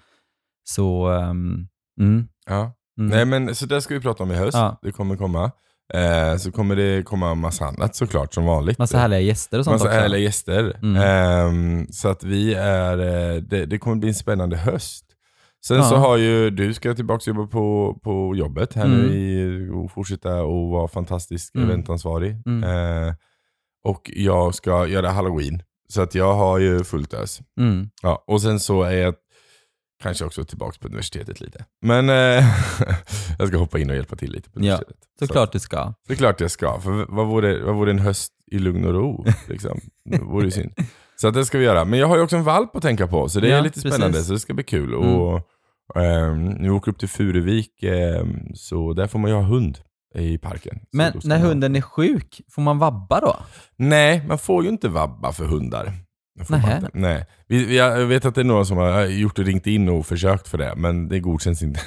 S2: Så um, mm.
S1: ja. Mm. Nej, men så där ska vi prata om i höst. Ja. Det kommer komma. Eh, så kommer det komma en massa annat såklart som vanligt.
S2: Massa härliga gäster och sånt
S1: massa
S2: också.
S1: härliga gäster.
S2: Mm.
S1: Eh, så att vi är, det, det kommer bli en spännande höst. Sen ja. så har ju, du ska tillbaka jobba på, på jobbet här mm. nu i, och fortsätta och vara fantastisk mm. eventansvarig.
S2: Mm.
S1: Eh, och jag ska göra Halloween. Så att jag har ju fullt ös.
S2: Mm.
S1: Ja, och sen så är jag kanske också tillbaka på universitetet lite. Men eh, jag ska hoppa in och hjälpa till lite på universitetet.
S2: Ja, såklart du ska.
S1: Såklart jag ska. För vad vore, vad vore en höst i lugn och ro? Liksom. Det vore ju synd. Så att det ska vi göra. Men jag har ju också en valp att tänka på. Så det ja, är lite spännande. Precis. Så det ska bli kul. Mm. Och eh, nu åker upp till Furuvik. Eh, så där får man ju ha hund i parken.
S2: Men när hunden är sjuk, får man vabba då?
S1: Nej, man får ju inte vabba för hundar. Nej. Nej. Vi, vi, jag vet att det är några som har gjort och ringt in och försökt för det, men det godkänns inte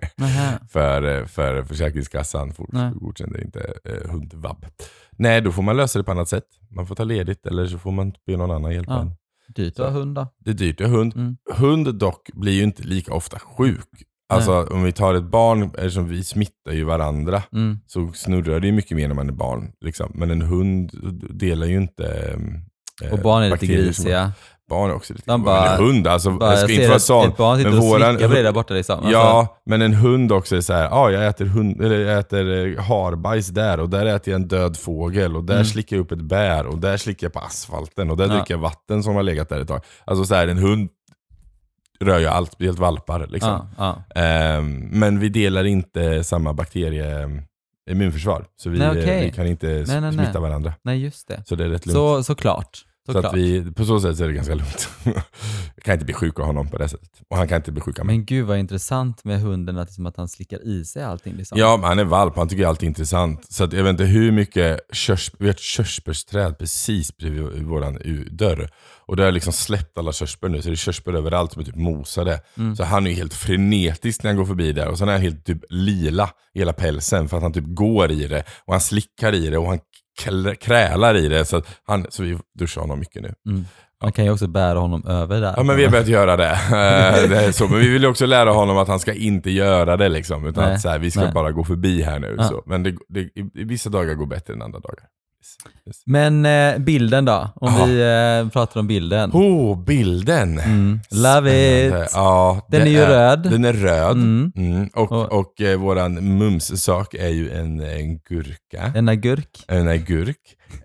S1: för, för Försäkringskassan. Godkänner inte eh, hundvabb. Nej, då får man lösa det på annat sätt. Man får ta ledigt eller så får man be någon annan hjälpa
S2: ja.
S1: en.
S2: Dyrt att ha hund då?
S1: Det är dyrt att ha hund.
S2: Mm.
S1: Hund dock blir ju inte lika ofta sjuk. Alltså Nej. Om vi tar ett barn, eftersom vi smittar ju varandra,
S2: mm.
S1: så snurrar det ju mycket mer när man är barn. Liksom. Men en hund delar ju inte...
S2: Och barn är lite grisiga.
S1: Barn är också lite
S2: de bara,
S1: en hund alltså,
S2: bara,
S1: jag ska inte vara sån.
S2: Ett barn sitter och våran, slickar där borta liksom. Alltså.
S1: Ja, men en hund också är så här, ja, ah, jag äter hund eller jag äter harbajs där och där äter jag en död fågel och där mm. slickar jag upp ett bär och där slickar jag på asfalten och där ja. dricker jag vatten som har legat där ett tag. Alltså så här, en hund rör ju allt, helt valpar liksom.
S2: Ja, ja.
S1: Um, men vi delar inte samma bakterie immunförsvar. Så vi,
S2: nej, okay.
S1: vi kan inte nej, nej,
S2: smitta
S1: nej. varandra.
S2: Nej, just det.
S1: Så det är rätt lugnt.
S2: Så, såklart.
S1: Så,
S2: så
S1: att vi, på så sätt så är det ganska lugnt. Jag kan inte bli sjuk av honom på det sättet. Och han kan inte bli sjuk av mig.
S2: Men gud vad intressant med hunden, att, liksom, att han slickar i sig allting. Liksom.
S1: Ja, men han är valp. Han tycker allt är intressant. Så att jag vet inte hur mycket körs, vi har ett körsbärsträd precis bredvid våran dörr. Och det har liksom släppt alla körsbär nu. Så det är körsbär överallt som är typ mosade. Mm. Så han är ju helt frenetisk när han går förbi där. Och sen är han helt typ lila i hela pälsen. För att han typ går i det. Och han slickar i det. Och han krälar i det. Så, att han, så vi duschar honom mycket nu.
S2: Mm. Man kan ju också bära honom över där.
S1: Ja, men vi har börjat göra det. Det är så. Men vi vill ju också lära honom att han ska inte göra det liksom. Utan nej, att så här, vi ska nej. bara gå förbi här nu. Ja. Så. Men det, det, i, i vissa dagar går bättre än andra dagar. Yes. Yes.
S2: Men eh, bilden då? Om
S1: Ja.
S2: vi eh, pratar om bilden.
S1: Oh, bilden.
S2: Mm. Love it.
S1: Ja,
S2: Den
S1: det
S2: är ju röd.
S1: Den är röd.
S2: Mm.
S1: Mm. Och,
S2: Och-
S1: och eh, våran mumssak är ju en, en gurka.
S2: En agurk.
S1: En agurk.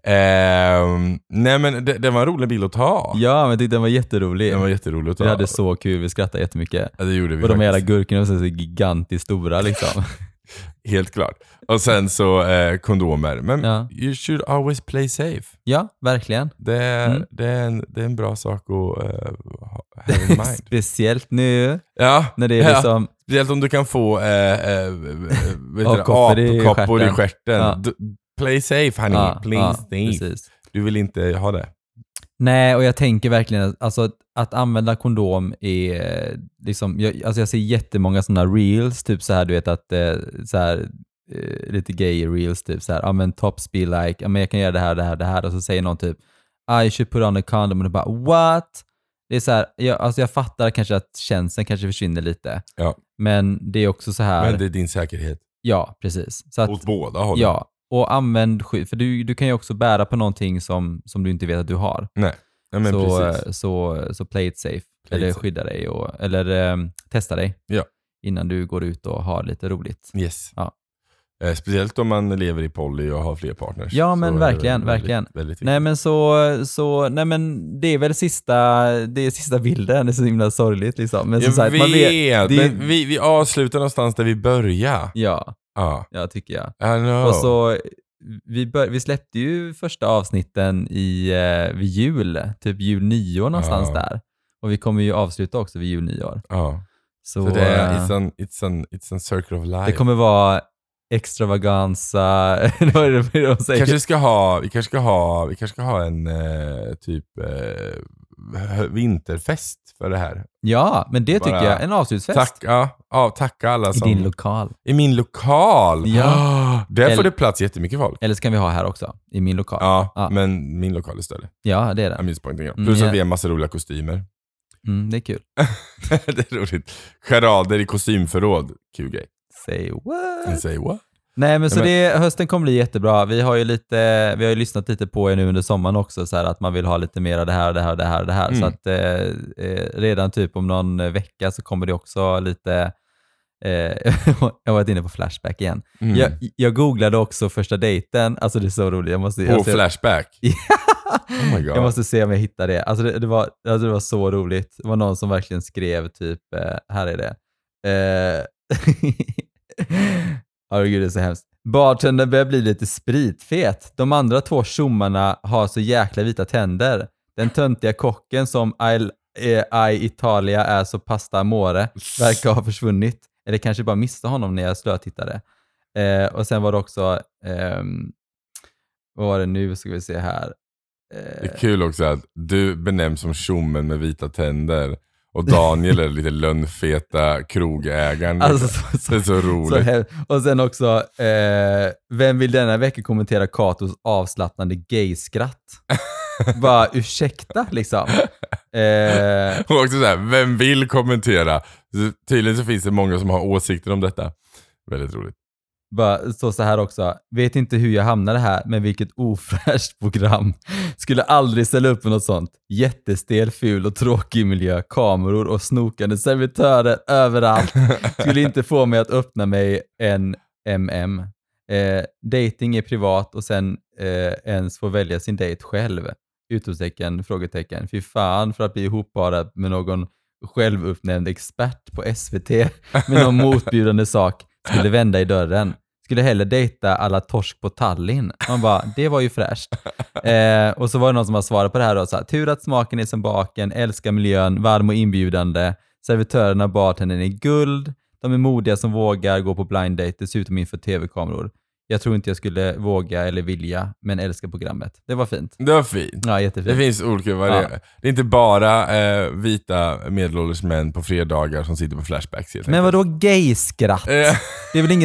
S1: Ehm, nej men det, det var en rolig bild att ta.
S2: Ja, men jag tyckte den var jätterolig.
S1: Den var jätterolig att ta.
S2: Vi hade så kul, vi skrattade jättemycket.
S1: Ja, det gjorde vi
S2: Och de jävla
S1: faktiskt.
S2: gurkorna var så gigantiskt stora liksom.
S1: Helt klart. Och sen så eh, kondomer. Men
S2: Ja.
S1: you should always play safe.
S2: Ja, verkligen.
S1: Det är,
S2: Mm.
S1: det är, en, det är en bra sak att uh, have in mind.
S2: Speciellt nu
S1: Ja,
S2: när det är
S1: ja.
S2: liksom...
S1: Speciellt om du kan få äh, äh,
S2: Apkoppor i
S1: apkoppor i
S2: stjärten.
S1: stjärten.
S2: Ja.
S1: D- Play safe honey,
S2: Ja,
S1: please
S2: ja,
S1: safe.
S2: precis.
S1: Du vill inte ha det.
S2: Nej, och jag tänker verkligen att, alltså, att, att använda kondom är eh, liksom, jag, alltså jag ser jättemånga sådana reels, typ så här, du vet att eh, så här, eh, lite gay reels, typ så här, ja men tops be like, ja men jag kan göra det här, det här, det här, och så säger någon typ, I should put on a condom, och du bara, what? Det är så här, jag, alltså jag fattar kanske att känslan kanske försvinner lite,
S1: Ja.
S2: men det är också så här,
S1: Men det är din säkerhet.
S2: ja precis. Så att,
S1: Åt båda hållen.
S2: ja, och använd skydd, för du, du kan ju också bära på någonting som, som du inte vet att du har.
S1: Nej. Ja, men
S2: så,
S1: precis.
S2: så, så play it safe.
S1: Play it
S2: eller
S1: safe.
S2: skydda dig, och, eller um, testa dig
S1: Ja.
S2: innan du går ut och har lite roligt.
S1: Yes.
S2: Ja.
S1: Eh, speciellt om man lever i poly och har fler partners.
S2: Ja, men
S1: Så är
S2: verkligen,
S1: det väldigt,
S2: verkligen.
S1: Väldigt, väldigt
S2: Nej men så, så nej men det är väl sista, det är sista bilden, det är så himla sorgligt liksom. Men som
S1: Jag
S2: sagt,
S1: vet,
S2: man vet det,
S1: men vi, vi avslutar någonstans där vi börjar.
S2: ja,
S1: Ja,
S2: ja tycker jag.
S1: I know.
S2: Och så, vi, bör, vi släppte ju första avsnitten i, eh, vid jul, typ jul nyår någonstans
S1: Ja.
S2: där. Och vi kommer ju avsluta också vid jul nyår.
S1: Ja.
S2: Så,
S1: Så det är,
S2: eh,
S1: it's an, it's an, it's an circle of life.
S2: det kommer vara extravaganza, vad är det de säger?
S1: kanske ska ha, vi kanske ska ha, vi kanske ska ha en eh, typ eh, vinterfest för det här.
S2: Ja, men det tycker
S1: Bara
S2: jag, en avslutsfest.
S1: Tacka, ja, tacka alla
S2: I
S1: som...
S2: din lokal.
S1: I min lokal?
S2: Ja.
S1: Där får
S2: Eller-
S1: det plats jättemycket folk.
S2: Eller så kan vi ha här också, i min lokal.
S1: Ja,
S2: Ja.
S1: men min lokal är större.
S2: Ja, det är
S1: I'm
S2: det.
S1: just pointing out.
S2: Mm,
S1: Plus
S2: ja.
S1: att vi har massa roliga kostymer.
S2: Mm, det är kul.
S1: Det är roligt. Charader i kostymförråd. Kul grej.
S2: Say what?
S1: And say what?
S2: Nej, men så
S1: men-
S2: det, hösten kommer bli jättebra. Vi har ju lite, vi har ju lyssnat lite på er nu under sommaren också, så här att man vill ha lite mer av det här, det här, det här, det här.
S1: Mm.
S2: Så att eh, eh, redan typ om någon vecka så kommer det också lite, eh, jag har varit inne på Flashback igen.
S1: Mm.
S2: Jag, jag googlade också första dejten, alltså det är så roligt. Jag måste,
S1: På
S2: jag ser-
S1: Flashback? Oh my god.
S2: Jag måste se om jag hittar det. Alltså det, det, var, alltså det var så roligt. Det var någon som verkligen skrev typ, eh, här är det. Eh, oh, gud, det är så hemskt. Bartendern börjar bli lite spritfet. De andra två tjommarna har så jäkla vita tänder. Den töntiga kocken som I, eh, I Italia är så pasta amore verkar ha försvunnit. Eller kanske bara missade honom när jag slötittade. Eh, och sen var det också, ehm, vad var det nu, ska vi se här.
S1: Det är kul också att du benämns som tjommen med vita tänder och Daniel är lite lönnfeta krogägaren.
S2: Alltså, så, så,
S1: det är så
S2: så
S1: roligt.
S2: he- och sen också, eh, vem vill denna vecka kommentera Katos avslappnande gayskratt? Bara ursäkta liksom. Eh,
S1: Och också så här, vem vill kommentera? Så tydligen så finns det många som har åsikter om detta. Väldigt roligt.
S2: bara så, så här också. Vet inte hur jag hamnade här, men vilket ofräscht program. Skulle aldrig ställa upp med något sånt. Jättestel, ful och tråkig miljö. Kameror och snokande servitörer överallt. Skulle inte få mig att öppna mig en M M. Eh, dating är privat och sen eh, ens få välja sin date själv. Utropstecken, frågetecken. Fy fan för att bli ihopparad med någon självuppnämnd expert på S V T med någon motbjudande sak. Skulle vända i dörren. Skulle hellre dejta alla torsk på Tallinn. Man bara, det var ju fräscht. Eh, och så var det någon som har svarat på det här då. Så här, tur att smaken är som baken, älskar miljön, varm och inbjudande. Servitörerna och bartendern är guld. De är modiga som vågar gå på blind date, dessutom inför tv-kameror. Jag tror inte jag skulle våga eller vilja, men älskar programmet. Det var fint.
S1: Det var fint.
S2: Ja, jättefint.
S1: Det finns olika varianter.
S2: Ja.
S1: Det är inte bara eh, vita medelålders män på fredagar som sitter på flashbacks helt
S2: Men
S1: enkelt.
S2: vadå gayskratt?
S1: Eh,
S2: Det är väl inget,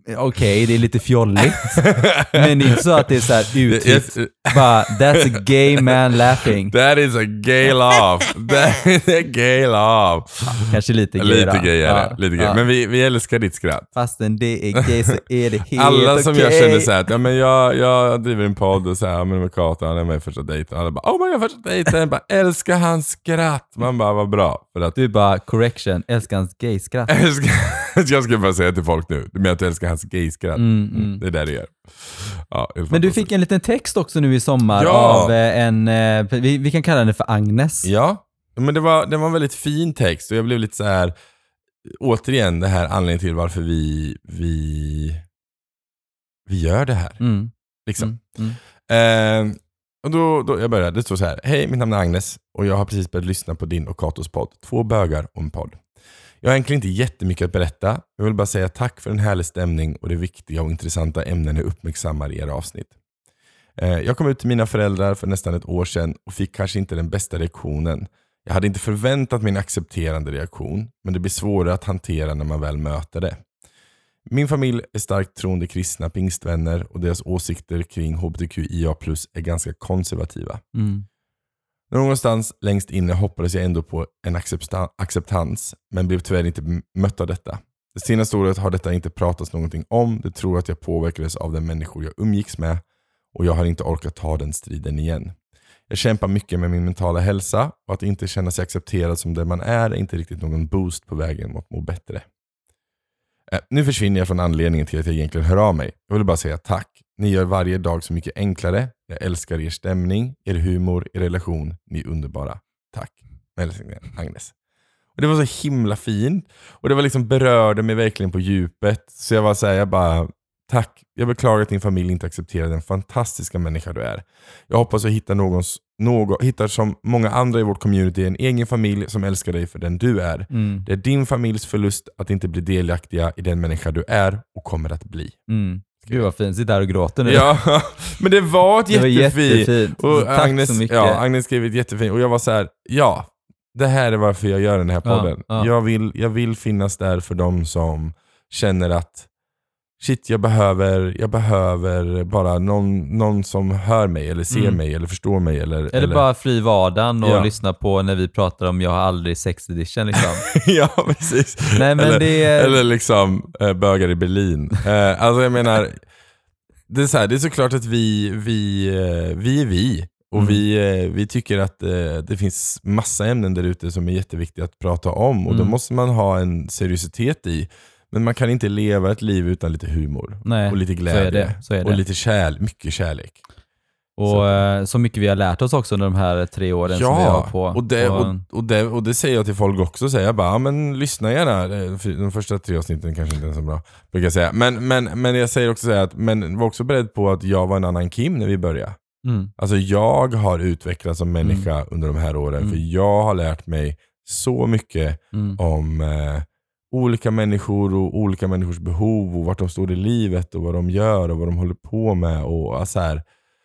S2: okej, okay, det är lite fjolligt. Men det är inte så att det är så här uttryckt. Bara, that's a gay man laughing.
S1: That is a gay laugh. That is a gay laugh.
S2: Kanske lite gay.
S1: Lite gay är det. Ja, lite gay. Ja. Men vi, vi älskar ditt skratt.
S2: Fastän det är gay så är det helt
S1: alla som
S2: okay.
S1: jag känner så här att ja, men jag, jag driver en podd och så här, men med Kato, han är med i första dejten. Alla bara, oh my god, första dejten. Bara, älskar hans skratt. Man bara, vad bra. För att,
S2: du bara, correction, älskar hans gay-skratt.
S1: Jag ska bara säga till folk nu, du menar att du älskar hans gay-skratt. Mm, mm. Det är där det gör. Ja,
S2: men du fick en liten text också nu i sommar ja. av en, vi, vi kan kalla henne för Agnes.
S1: Ja, men det var, det var en väldigt fin text och jag blev lite så här, återigen det här anledningen till varför vi vi, vi gör det här. Mm. Liksom. Mm. Mm. Eh, och då, då jag började, det står så här: hej, mitt namn är Agnes och jag har precis börjat lyssna på din och Katos podd. Två bögar och en podd. Jag har egentligen inte jättemycket att berätta. Jag vill bara säga tack för en härlig stämning och det viktiga och intressanta ämnen ni uppmärksammar i era avsnitt. Jag kom ut till mina föräldrar för nästan ett år sedan och fick kanske inte den bästa reaktionen. Jag hade inte förväntat mig en accepterande reaktion, men det blir svårare att hantera när man väl möter det. Min familj är starkt troende kristna pingstvänner och deras åsikter kring H B T Q I A plus är ganska konservativa. Mm. Någonstans längst inne hoppades jag ändå på en acceptans, men blev tyvärr inte mött av detta. Det senaste året har detta inte pratats någonting om. Det tror att jag påverkades av den människor jag umgicks med och jag har inte orkat ta den striden igen. Jag kämpar mycket med min mentala hälsa och att inte känna sig accepterad som det man är är inte riktigt någon boost på vägen mot att må bättre. Äh, nu försvinner jag från anledningen till att jag egentligen hör av mig. Jag vill bara säga tack. Ni gör varje dag så mycket enklare. Jag älskar er stämning, er humor, er relation. Ni är underbara. Tack. Agnes. Och det var så himla fint. Och det var liksom berörde mig verkligen på djupet. Så jag var så här, jag bara, tack. Jag beklagar att din familj inte accepterar den fantastiska människa du är. Jag hoppas att hitta någon, någon hittar som många andra i vårt community en egen familj som älskar dig för den du är. Mm. Det är din familjs förlust att inte bli delaktiga i den människa du är och kommer att bli.
S2: Mm. Gud vad fint, sitter där och gråter nu.
S1: Ja, men det var ett
S2: det var
S1: jättefint.
S2: jättefint.
S1: Och
S2: tack
S1: Agnes,
S2: så mycket.
S1: Ja, Agnes skrev ett jättefint. Och jag var så här, ja, det här är varför jag gör den här podden. Ja, ja. Jag, vill, jag vill finnas där för dem som känner att shit, jag behöver, jag behöver bara någon, någon som hör mig eller ser mm. mig eller förstår mig. Eller,
S2: eller,
S1: eller
S2: bara fly vardagen och
S1: ja.
S2: lyssna på när vi pratar om jag har aldrig sex edition liksom.
S1: Ja, precis.
S2: Nej, men
S1: eller,
S2: det är...
S1: eller liksom äh, bögar i Berlin. äh, alltså jag menar, det är, så här, det är såklart att vi, vi, äh, vi är vi. Och mm. vi, äh, vi tycker att äh, det finns massa ämnen där ute som är jätteviktiga att prata om. Och mm. då måste man ha en seriositet i. Men man kan inte leva ett liv utan lite humor. Nej, och lite glädje.
S2: Så är det, så är det.
S1: Och lite kärlek, mycket kärlek.
S2: Och så. så mycket vi har lärt oss också under de här tre åren
S1: ja,
S2: som vi har på.
S1: Och det, och, och, det, och det säger jag till folk också. Säger jag bara, ja, men lyssna gärna. De första tre avsnitten kanske inte är så bra, brukar jag säga. Men, men, men jag säger också att men var också beredd på att jag var en annan Kim när vi började. Mm. Alltså jag har utvecklats som människa mm. under de här åren. Mm. För jag har lärt mig så mycket mm. om... Eh, olika människor och olika människors behov och vart de står i livet och vad de gör och vad de håller på med och alltså här,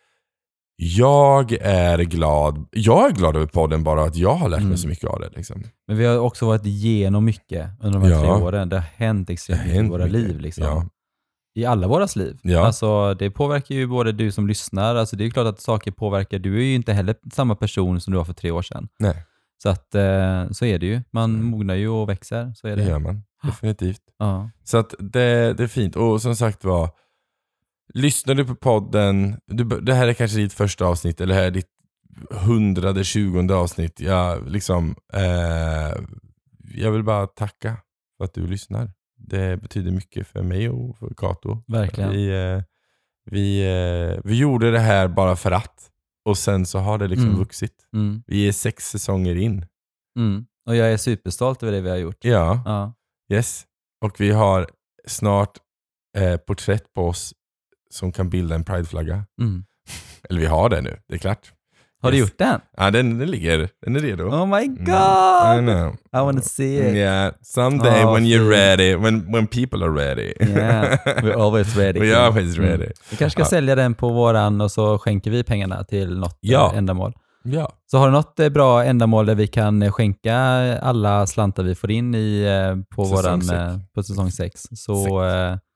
S1: jag är glad jag är glad över podden bara att jag har lärt mig mm. så mycket av det liksom.
S2: Men vi har också varit igenom mycket under de här ja. tre åren. Det har hänt extremt mycket i våra mycket. liv liksom. Ja. I alla våras liv. Ja. Alltså det påverkar ju både du som lyssnar, alltså det är ju klart att saker påverkar. Du är ju inte heller samma person som du var för tre år sedan.
S1: Nej.
S2: Så att eh, så är det ju. Man mognar ju och växer. Så är det.
S1: Det gör man. Definitivt.
S2: Ja.
S1: Så att det, det är fint. Och som sagt var, lyssnar du på podden, du, det här är kanske ditt första avsnitt eller det här är ditt hundrade, tjugonde avsnitt. Jag, liksom, eh, jag vill bara tacka för att du lyssnar. Det betyder mycket för mig och för Kato.
S2: Verkligen.
S1: Vi, eh, vi, eh, vi gjorde det här bara för att. Och sen så har det liksom mm. vuxit. Mm. Vi är sex säsonger in.
S2: Mm. Och jag är superstolt över det vi har gjort.
S1: Ja,
S2: ja.
S1: Yes. Och vi har snart eh, porträtt på oss som kan bilda en prideflagga. Mm. Eller vi har det nu, det är klart.
S2: Har yes. du gjort den?
S1: Ja, den, den ligger. Den är redo.
S2: Oh my god!
S1: Mm. I know.
S2: I want to see it.
S1: Yeah, someday oh, when you're ready, when, when people are ready.
S2: Yeah, we're always ready.
S1: We're always ready. Mm.
S2: Vi kanske ska ja. sälja den på våran och så skänker vi pengarna till något
S1: ja.
S2: ändamål.
S1: Ja.
S2: Så har du något bra ändamål där vi kan skänka alla slantar vi får in i, på,
S1: säsong
S2: våran, på säsong sex så,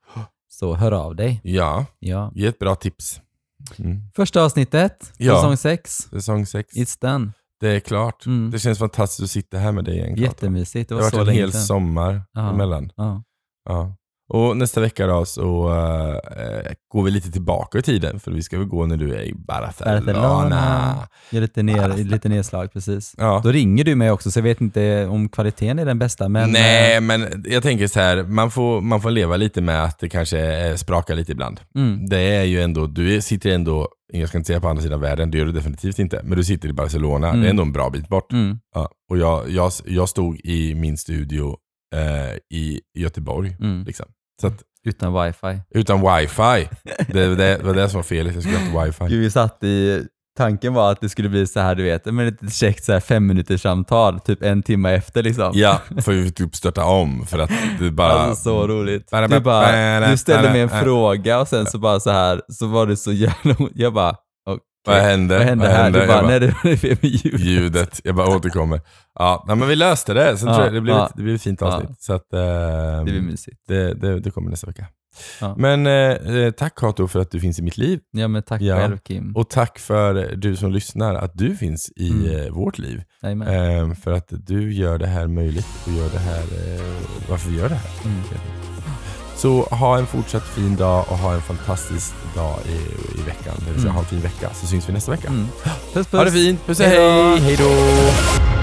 S2: så hör av dig.
S1: Ja,
S2: Ja.
S1: ge ett bra tips. Mm.
S2: Första avsnittet,
S1: Ja.
S2: säsong sex.
S1: Säsong sex.
S2: It's done.
S1: Det är klart.
S2: Mm.
S1: Det känns fantastiskt att sitta här med dig igen.
S2: Jättemysigt. Det
S1: Det
S2: var
S1: har
S2: så
S1: varit en
S2: länge
S1: hel
S2: sedan.
S1: sommar
S2: Ja.
S1: emellan.
S2: Ja.
S1: Ja. Och nästa vecka då så äh, går vi lite tillbaka i tiden. För vi ska väl gå när du är i Barcelona.
S2: Barcelona. Gör lite, ner, lite nedslag, precis.
S1: Ja.
S2: Då ringer du mig också, så jag vet inte om kvaliteten är den bästa. Men,
S1: Nej, men jag tänker så här, man får, man får leva lite med att det kanske sprakar lite ibland.
S2: Mm.
S1: Det är ju ändå, du sitter ändå, jag ska inte säga på andra sidan världen, det gör du definitivt inte. Men du sitter i Barcelona,
S2: Mm.
S1: det är ändå en bra bit bort.
S2: Mm.
S1: Ja. Och jag, jag, jag stod i min studio eh, i Göteborg.
S2: Mm.
S1: Liksom. Så att,
S2: Utan wifi.
S1: utan wifi. Det, det var det som var fel, jag skulle ha haft wifi.
S2: Gud, vi satt i... Tanken var att det skulle bli så här, du vet, men ett käckt så här fem minuters samtal, typ en timme efter liksom.
S1: Ja, för vi fick typ störta om för att det bara...
S2: Alltså så roligt. Du, bara, du ställde mig en fråga och sen så bara så här, så var det så jävla... Jag bara, okej.
S1: Vad hände?
S2: Vad hände
S1: Vad
S2: här?
S1: hände?
S2: Du bara,
S1: Jag bara,
S2: nej det är fel med ljudet.
S1: ljudet. Jag bara återkommer. Ja, nej, men vi löste det. Sen
S2: Ja,
S1: tror jag det blev,
S2: ja.
S1: ett, det blev ett fint avsnitt.
S2: Ja.
S1: Så att, eh,
S2: Det blir mysigt.
S1: det, det, det kommer nästa vecka.
S2: Ja.
S1: Men eh, tack Kato för att du finns i mitt liv.
S2: Ja, men tack
S1: Ja.
S2: själv Kim.
S1: Och tack för du som lyssnar att du finns i
S2: Mm.
S1: eh, vårt liv.
S2: Amen.
S1: Eh, för att du gör det här möjligt och gör det här, eh, varför vi gör det här.
S2: Mm.
S1: Så ha en fortsatt fin dag och ha en fantastisk dag i, i veckan. Det vill säga
S2: Mm.
S1: ha en fin vecka, så syns vi nästa vecka.
S2: Mm. Puss, puss.
S1: Ha det fint, puss och
S2: Hej då.
S1: hej, hej då!